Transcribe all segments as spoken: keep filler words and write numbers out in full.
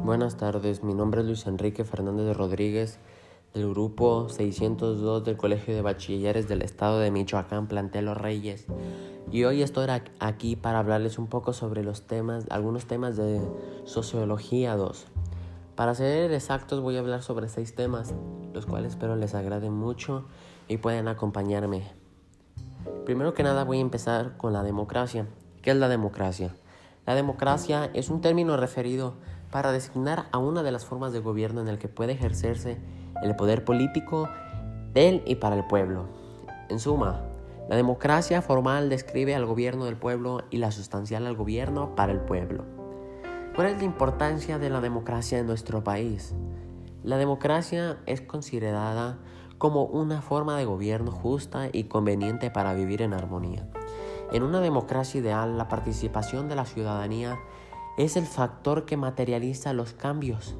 Buenas tardes, mi nombre es Luis Enrique Fernández Rodríguez, del grupo seiscientos dos del Colegio de Bachilleres del Estado de Michoacán, plantel Los Reyes. Y hoy estoy aquí para hablarles un poco sobre los temas, algunos temas de Sociología dos. Para ser exactos, voy a hablar sobre seis temas, los cuales espero les agraden mucho y puedan acompañarme. Primero que nada voy a empezar con la democracia. ¿Qué es la democracia? La democracia es un término referido para designar a una de las formas de gobierno en el que puede ejercerse el poder político del y para el pueblo. En suma, la democracia formal describe al gobierno del pueblo y la sustancial al gobierno para el pueblo. ¿Cuál es la importancia de la democracia en nuestro país? La democracia es considerada como una forma de gobierno justa y conveniente para vivir en armonía. En una democracia ideal, la participación de la ciudadanía es el factor que materializa los cambios,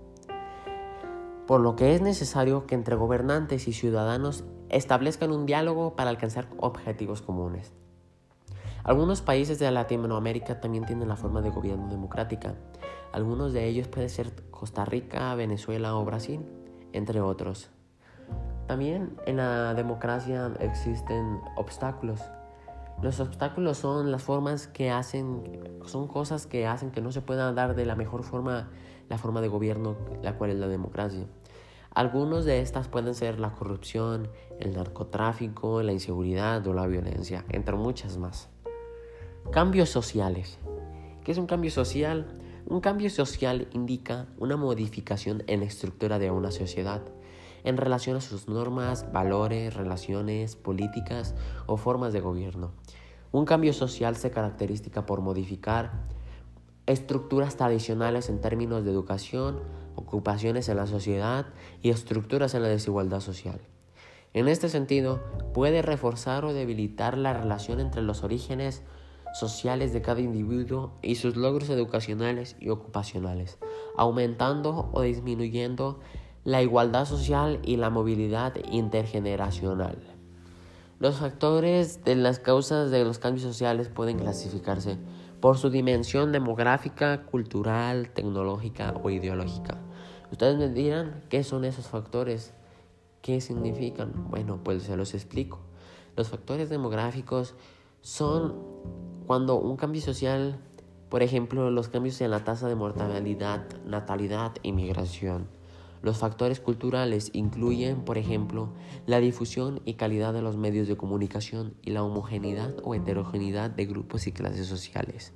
por lo que es necesario que entre gobernantes y ciudadanos establezcan un diálogo para alcanzar objetivos comunes. Algunos países de Latinoamérica también tienen la forma de gobierno democrática. Algunos de ellos pueden ser Costa Rica, Venezuela o Brasil, entre otros. También en la democracia existen obstáculos. Los obstáculos son las formas que hacen, son cosas que hacen que no se pueda dar de la mejor forma la forma de gobierno, la cual es la democracia. Algunos de estas pueden ser la corrupción, el narcotráfico, la inseguridad o la violencia, entre muchas más. Cambios sociales. ¿Qué es un cambio social? Un cambio social indica una modificación en la estructura de una sociedad en relación a sus normas, valores, relaciones, políticas o formas de gobierno. Un cambio social se caracteriza por modificar estructuras tradicionales en términos de educación, ocupaciones en la sociedad y estructuras en la desigualdad social. En este sentido, puede reforzar o debilitar la relación entre los orígenes sociales de cada individuo y sus logros educacionales y ocupacionales, aumentando o disminuyendo la igualdad social y la movilidad intergeneracional. Los factores de las causas de los cambios sociales pueden clasificarse por su dimensión demográfica, cultural, tecnológica o ideológica. Ustedes me dirán, ¿qué son esos factores? ¿Qué significan? Bueno, pues se los explico. Los factores demográficos son cuando un cambio social, por ejemplo, los cambios en la tasa de mortalidad, natalidad y migración. Los factores culturales incluyen, por ejemplo, la difusión y calidad de los medios de comunicación y la homogeneidad o heterogeneidad de grupos y clases sociales.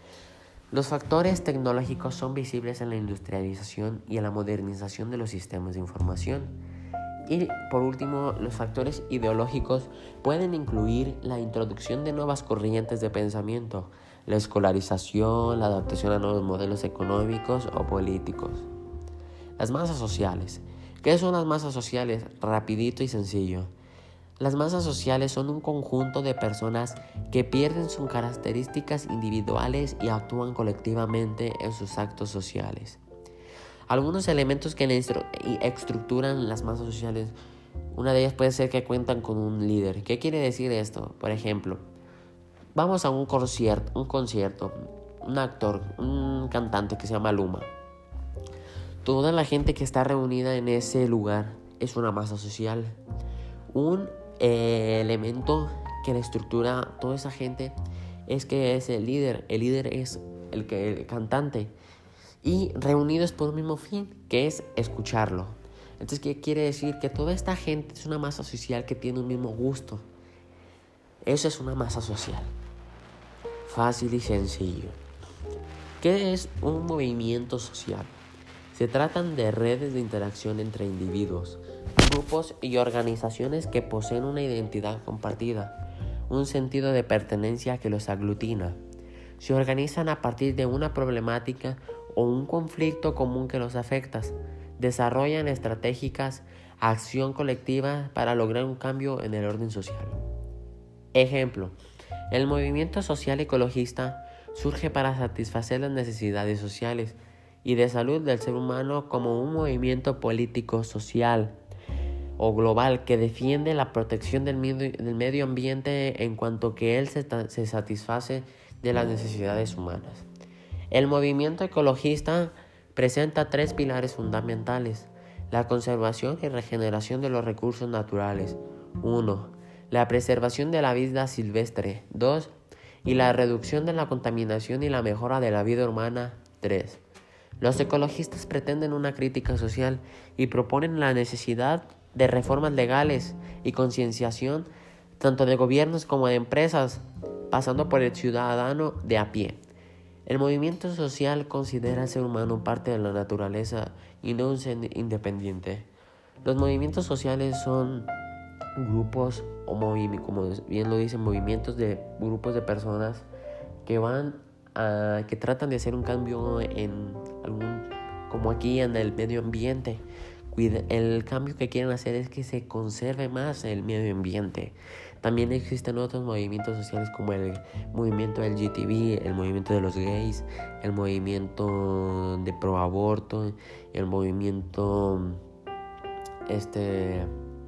Los factores tecnológicos son visibles en la industrialización y en la modernización de los sistemas de información. Y por último, los factores ideológicos pueden incluir la introducción de nuevas corrientes de pensamiento, la escolarización, la adaptación a nuevos modelos económicos o políticos. Las masas sociales. ¿Qué son las masas sociales? Rapidito y sencillo. Las masas sociales son un conjunto de personas que pierden sus características individuales y actúan colectivamente en sus actos sociales. Algunos elementos que estructuran las masas sociales, una de ellas puede ser que cuentan con un líder. ¿Qué quiere decir esto? Por ejemplo, vamos a un concierto, un concierto, un actor, un cantante que se llama Maluma. Toda la gente que está reunida en ese lugar es una masa social. Un eh, elemento que le estructura a toda esa gente es que es el líder. El líder es el, que, el cantante. Y reunidos por un mismo fin, que es escucharlo. Entonces, ¿qué quiere decir? Que toda esta gente es una masa social que tiene un mismo gusto. Eso es una masa social. Fácil y sencillo. ¿Qué es un movimiento social? Se tratan de redes de interacción entre individuos, grupos y organizaciones que poseen una identidad compartida, un sentido de pertenencia que los aglutina. Se organizan a partir de una problemática o un conflicto común que los afecta. Desarrollan estratégicas, acción colectiva para lograr un cambio en el orden social. Ejemplo, el movimiento social ecologista surge para satisfacer las necesidades sociales y de salud del ser humano como un movimiento político, social o global que defiende la protección del medio, del medio ambiente en cuanto que él se, se satisface de las necesidades humanas. El movimiento ecologista presenta tres pilares fundamentales: la conservación y regeneración de los recursos naturales, uno. La preservación de la vida silvestre, dos. Y la reducción de la contaminación y la mejora de la vida humana, tres. Los ecologistas pretenden una crítica social y proponen la necesidad de reformas legales y concienciación tanto de gobiernos como de empresas, pasando por el ciudadano de a pie. El movimiento social considera al ser humano parte de la naturaleza y no un ser independiente. Los movimientos sociales son grupos, o movimientos, como bien lo dicen, movimientos de grupos de personas que van a, que tratan de hacer un cambio en algún, como aquí en el medio ambiente. El cambio que quieren hacer es que se conserve más el medio ambiente. También existen otros movimientos sociales como el movimiento L G B T, el movimiento de los gays, el movimiento de pro aborto, el movimiento este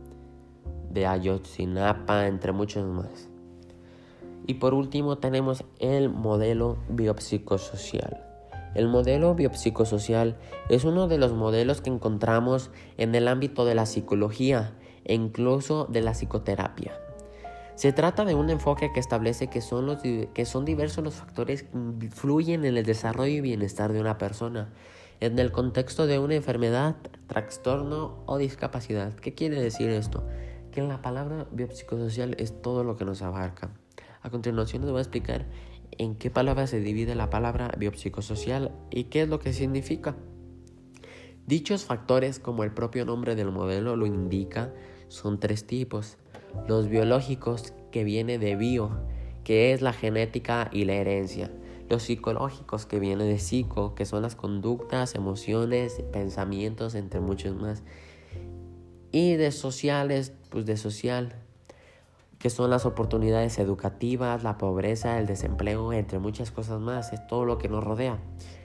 de Ayotzinapa, entre muchos más. Y por último tenemos el modelo biopsicosocial. El modelo biopsicosocial es uno de los modelos que encontramos en el ámbito de la psicología e incluso de la psicoterapia. Se trata de un enfoque que establece que son, los, que son diversos los factores que influyen en el desarrollo y bienestar de una persona en el contexto de una enfermedad, trastorno o discapacidad. ¿Qué quiere decir esto? Que la palabra biopsicosocial es todo lo que nos abarca. A continuación les voy a explicar en qué palabra se divide la palabra biopsicosocial y qué es lo que significa. Dichos factores, como el propio nombre del modelo lo indica, son tres tipos. Los biológicos, que viene de bio, que es la genética y la herencia. Los psicológicos, que viene de psico, que son las conductas, emociones, pensamientos, entre muchos más. Y de sociales, pues de social, que son las oportunidades educativas, la pobreza, el desempleo, entre muchas cosas más. Es todo lo que nos rodea.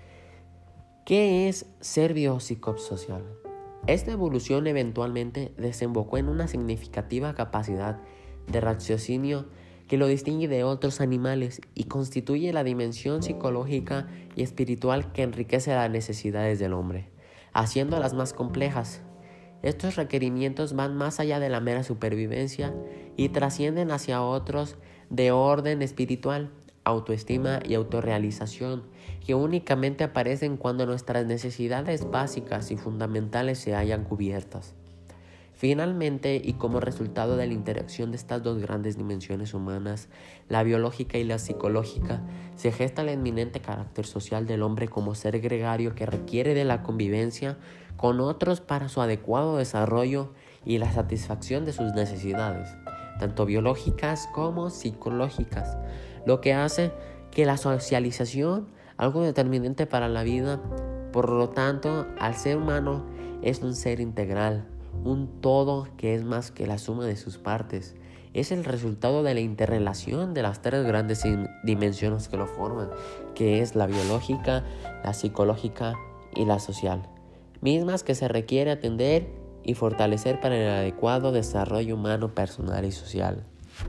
¿Qué es ser biopsicosocial? Esta evolución eventualmente desembocó en una significativa capacidad de raciocinio que lo distingue de otros animales y constituye la dimensión psicológica y espiritual que enriquece las necesidades del hombre, haciéndolas más complejas. Estos requerimientos van más allá de la mera supervivencia y trascienden hacia otros de orden espiritual, autoestima y autorrealización, que únicamente aparecen cuando nuestras necesidades básicas y fundamentales se hallan cubiertas. Finalmente, y como resultado de la interacción de estas dos grandes dimensiones humanas, la biológica y la psicológica, se gesta el eminente carácter social del hombre como ser gregario que requiere de la convivencia con otros para su adecuado desarrollo y la satisfacción de sus necesidades, tanto biológicas como psicológicas, lo que hace que la socialización, algo determinante para la vida, por lo tanto, al ser humano es un ser integral, un todo que es más que la suma de sus partes. Es el resultado de la interrelación de las tres grandes dimensiones que lo forman, que es la biológica, la psicológica y la social, mismas que se requiere atender y fortalecer para el adecuado desarrollo humano, personal y social.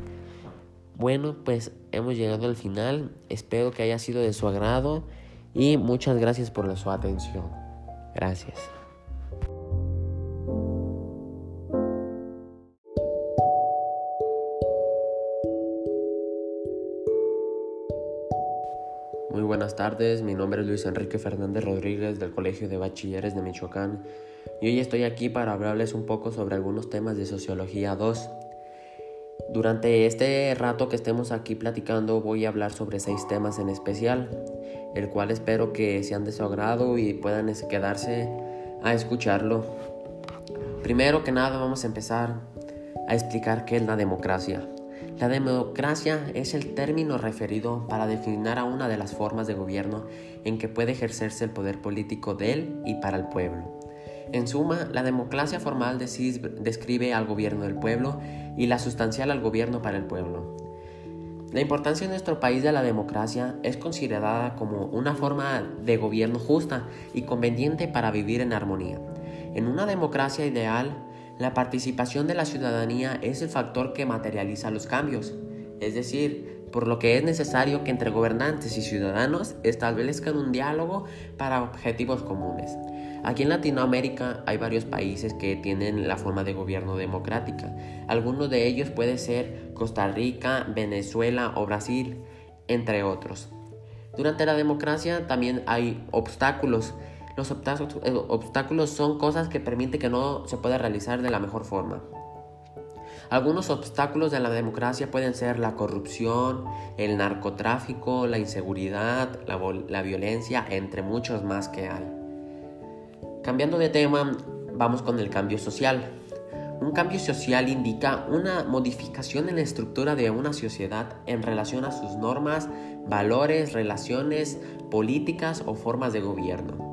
Bueno, pues hemos llegado al final. Espero que haya sido de su agrado y muchas gracias por su atención. Gracias. Muy buenas tardes, mi nombre es Luis Enrique Fernández Rodríguez del Colegio de Bachilleres de Michoacán y hoy estoy aquí para hablarles un poco sobre algunos temas de Sociología dos. Durante este rato que estemos aquí platicando voy a hablar sobre seis temas en especial, el cual espero que sean de su agrado y puedan quedarse a escucharlo. Primero que nada vamos a empezar a explicar qué es la democracia. La democracia es el término referido para definir a una de las formas de gobierno en que puede ejercerse el poder político del y para el pueblo. En suma, la democracia formal describe al gobierno del pueblo y la sustancial al gobierno para el pueblo. La importancia en nuestro país de la democracia es considerada como una forma de gobierno justa y conveniente para vivir en armonía. En una democracia ideal, la participación de la ciudadanía es el factor que materializa los cambios, es decir, por lo que es necesario que entre gobernantes y ciudadanos establezcan un diálogo para objetivos comunes. Aquí en Latinoamérica hay varios países que tienen la forma de gobierno democrática. Algunos de ellos pueden ser Costa Rica, Venezuela o Brasil, entre otros. Durante la democracia también hay obstáculos. Los obstáculos son cosas que permiten que no se pueda realizar de la mejor forma. Algunos obstáculos de la democracia pueden ser la corrupción, el narcotráfico, la inseguridad, la, la violencia, entre muchos más que hay. Cambiando de tema, vamos con el cambio social. Un cambio social indica una modificación en la estructura de una sociedad en relación a sus normas, valores, relaciones, políticas o formas de gobierno.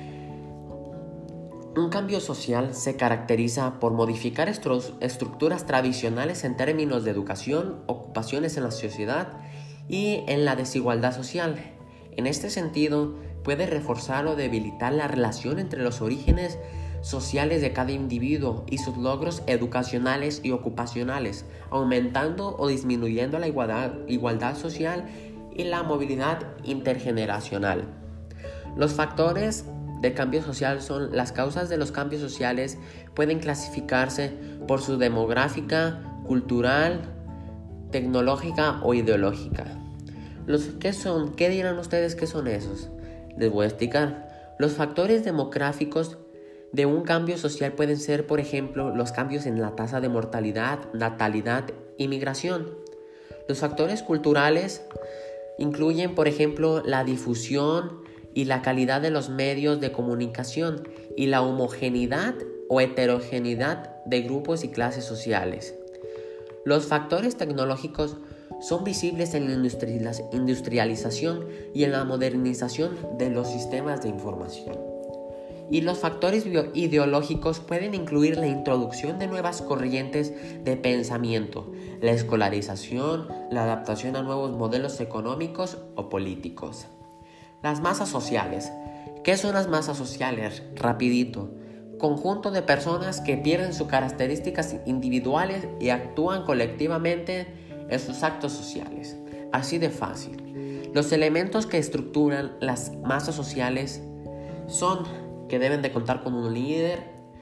Un cambio social se caracteriza por modificar estru- estructuras tradicionales en términos de educación, ocupaciones en la sociedad y en la desigualdad social. En este sentido, puede reforzar o debilitar la relación entre los orígenes sociales de cada individuo y sus logros educacionales y ocupacionales, aumentando o disminuyendo la igualdad, igualdad social y la movilidad intergeneracional. Los factores de cambio social son las causas de los cambios sociales pueden clasificarse por su demográfica, cultural, tecnológica o ideológica. Los, ¿Qué son? ¿Qué dirán ustedes que son esos? Les voy a explicar. Los factores demográficos de un cambio social pueden ser, por ejemplo, los cambios en la tasa de mortalidad, natalidad y migración. Los factores culturales incluyen, por ejemplo, la difusión y la calidad de los medios de comunicación y la homogeneidad o heterogeneidad de grupos y clases sociales. Los factores tecnológicos son visibles en la industrialización y en la modernización de los sistemas de información. Y los factores ideológicos pueden incluir la introducción de nuevas corrientes de pensamiento, la escolarización, la adaptación a nuevos modelos económicos o políticos. Las masas sociales. ¿Qué son las masas sociales? Rapidito. Conjunto de personas que pierden sus características individuales y actúan colectivamente en sus actos sociales. Así de fácil. Los elementos que estructuran las masas sociales son que deben de contar con un líder,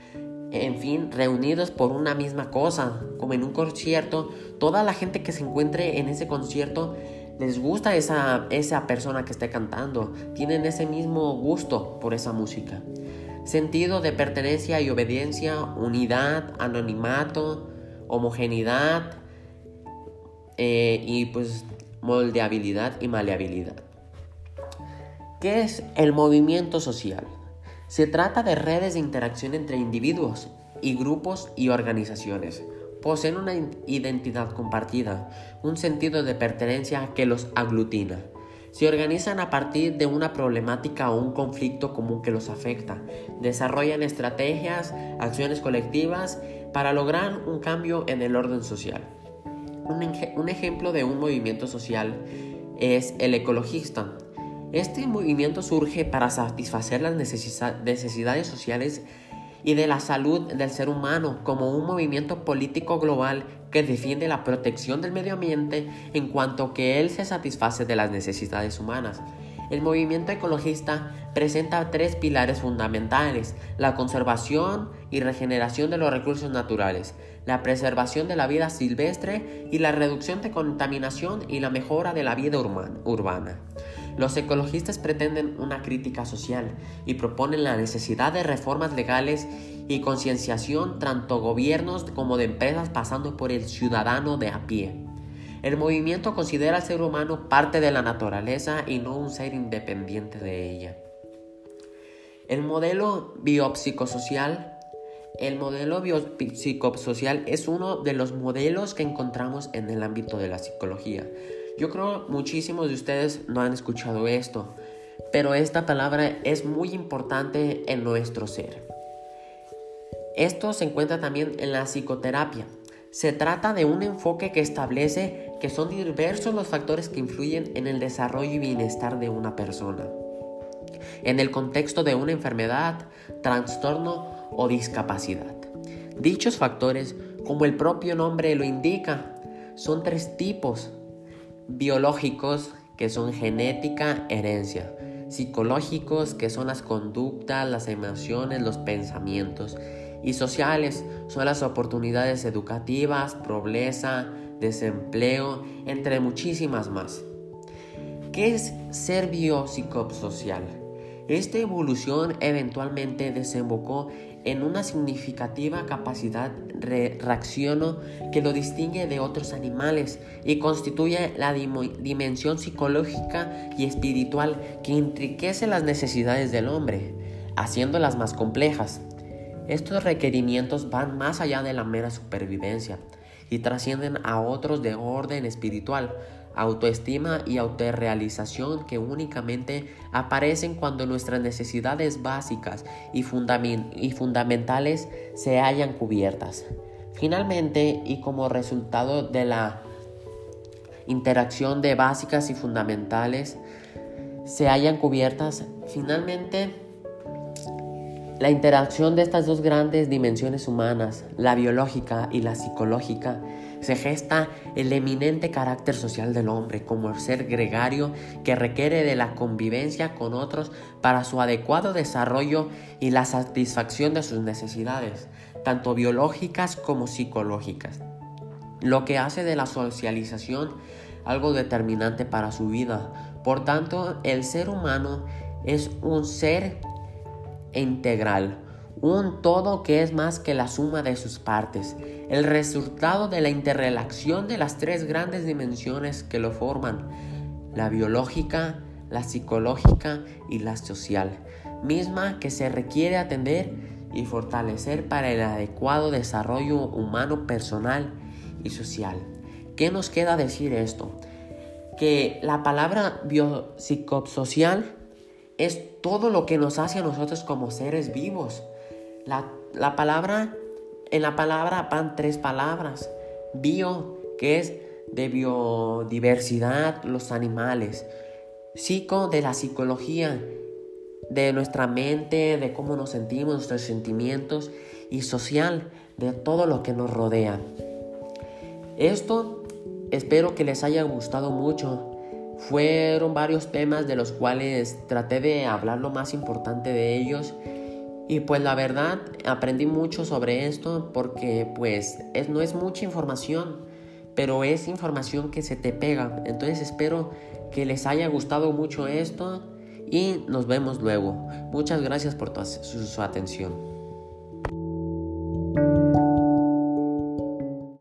en fin, reunidos por una misma cosa, como en un concierto. Toda la gente que se encuentre en ese concierto les gusta esa, esa persona que esté cantando, tienen ese mismo gusto por esa música. Sentido de pertenencia y obediencia, unidad, anonimato, homogeneidad eh, y pues moldeabilidad y maleabilidad. ¿Qué es el movimiento social? Se trata de redes de interacción entre individuos y grupos y organizaciones. Poseen una identidad compartida, un sentido de pertenencia que los aglutina. Se organizan a partir de una problemática o un conflicto común que los afecta. Desarrollan estrategias, acciones colectivas para lograr un cambio en el orden social. Un, ej- un ejemplo de un movimiento social es el ecologista. Este movimiento surge para satisfacer las necesita- necesidades sociales y de la salud del ser humano como un movimiento político global que defiende la protección del medio ambiente en cuanto que él se satisface de las necesidades humanas. El movimiento ecologista presenta tres pilares fundamentales: la conservación y regeneración de los recursos naturales, la preservación de la vida silvestre y la reducción de contaminación y la mejora de la vida urbana. Los ecologistas pretenden una crítica social y proponen la necesidad de reformas legales y concienciación tanto gobiernos como de empresas, pasando por el ciudadano de a pie. El movimiento considera al ser humano parte de la naturaleza y no un ser independiente de ella. El modelo biopsicosocial. El modelo biopsicosocial es uno de los modelos que encontramos en el ámbito de la psicología. Yo creo muchísimos de ustedes no han escuchado esto, pero esta palabra es muy importante en nuestro ser. Esto se encuentra también en la psicoterapia. Se trata de un enfoque que establece que son diversos los factores que influyen en el desarrollo y bienestar de una persona, en el contexto de una enfermedad, trastorno o discapacidad. Dichos factores, como el propio nombre lo indica, son tres tipos. biológicos, que son genética, herencia, psicológicos, que son las conductas, las emociones, los pensamientos, y sociales, son las oportunidades educativas, pobreza, desempleo, entre muchísimas más. ¿Qué es ser biopsicosocial? Esta evolución eventualmente desembocó en una significativa capacidad de reacción que lo distingue de otros animales y constituye la dim- dimensión psicológica y espiritual que enriquece las necesidades del hombre, haciéndolas más complejas. Estos requerimientos van más allá de la mera supervivencia y trascienden a otros de orden espiritual, autoestima y autorrealización que únicamente aparecen cuando nuestras necesidades básicas y, fundament- y fundamentales se hallan cubiertas. Finalmente, y como resultado de la interacción de básicas y fundamentales se hallan cubiertas, finalmente la interacción de estas dos grandes dimensiones humanas, la biológica y la psicológica, se gesta el eminente carácter social del hombre como el ser gregario que requiere de la convivencia con otros para su adecuado desarrollo y la satisfacción de sus necesidades, tanto biológicas como psicológicas, lo que hace de la socialización algo determinante para su vida. Por tanto, el ser humano es un ser integral, un todo que es más que la suma de sus partes, el resultado de la interrelación de las tres grandes dimensiones que lo forman, la biológica, la psicológica y la social, misma que se requiere atender y fortalecer para el adecuado desarrollo humano, personal y social. ¿Qué nos queda decir esto? Que la palabra biopsicosocial es todo lo que nos hace a nosotros como seres vivos. La, la palabra, en la palabra van tres palabras. Bio, que es de biodiversidad, los animales. Psico, de la psicología, de nuestra mente, de cómo nos sentimos, nuestros sentimientos. Y social, de todo lo que nos rodea. Esto espero que les haya gustado mucho. Fueron varios temas de los cuales traté de hablar lo más importante de ellos, y pues la verdad aprendí mucho sobre esto porque pues es, no es mucha información, pero es información que se te pega. Entonces espero que les haya gustado mucho esto y nos vemos luego. Muchas gracias por tu, su, su atención.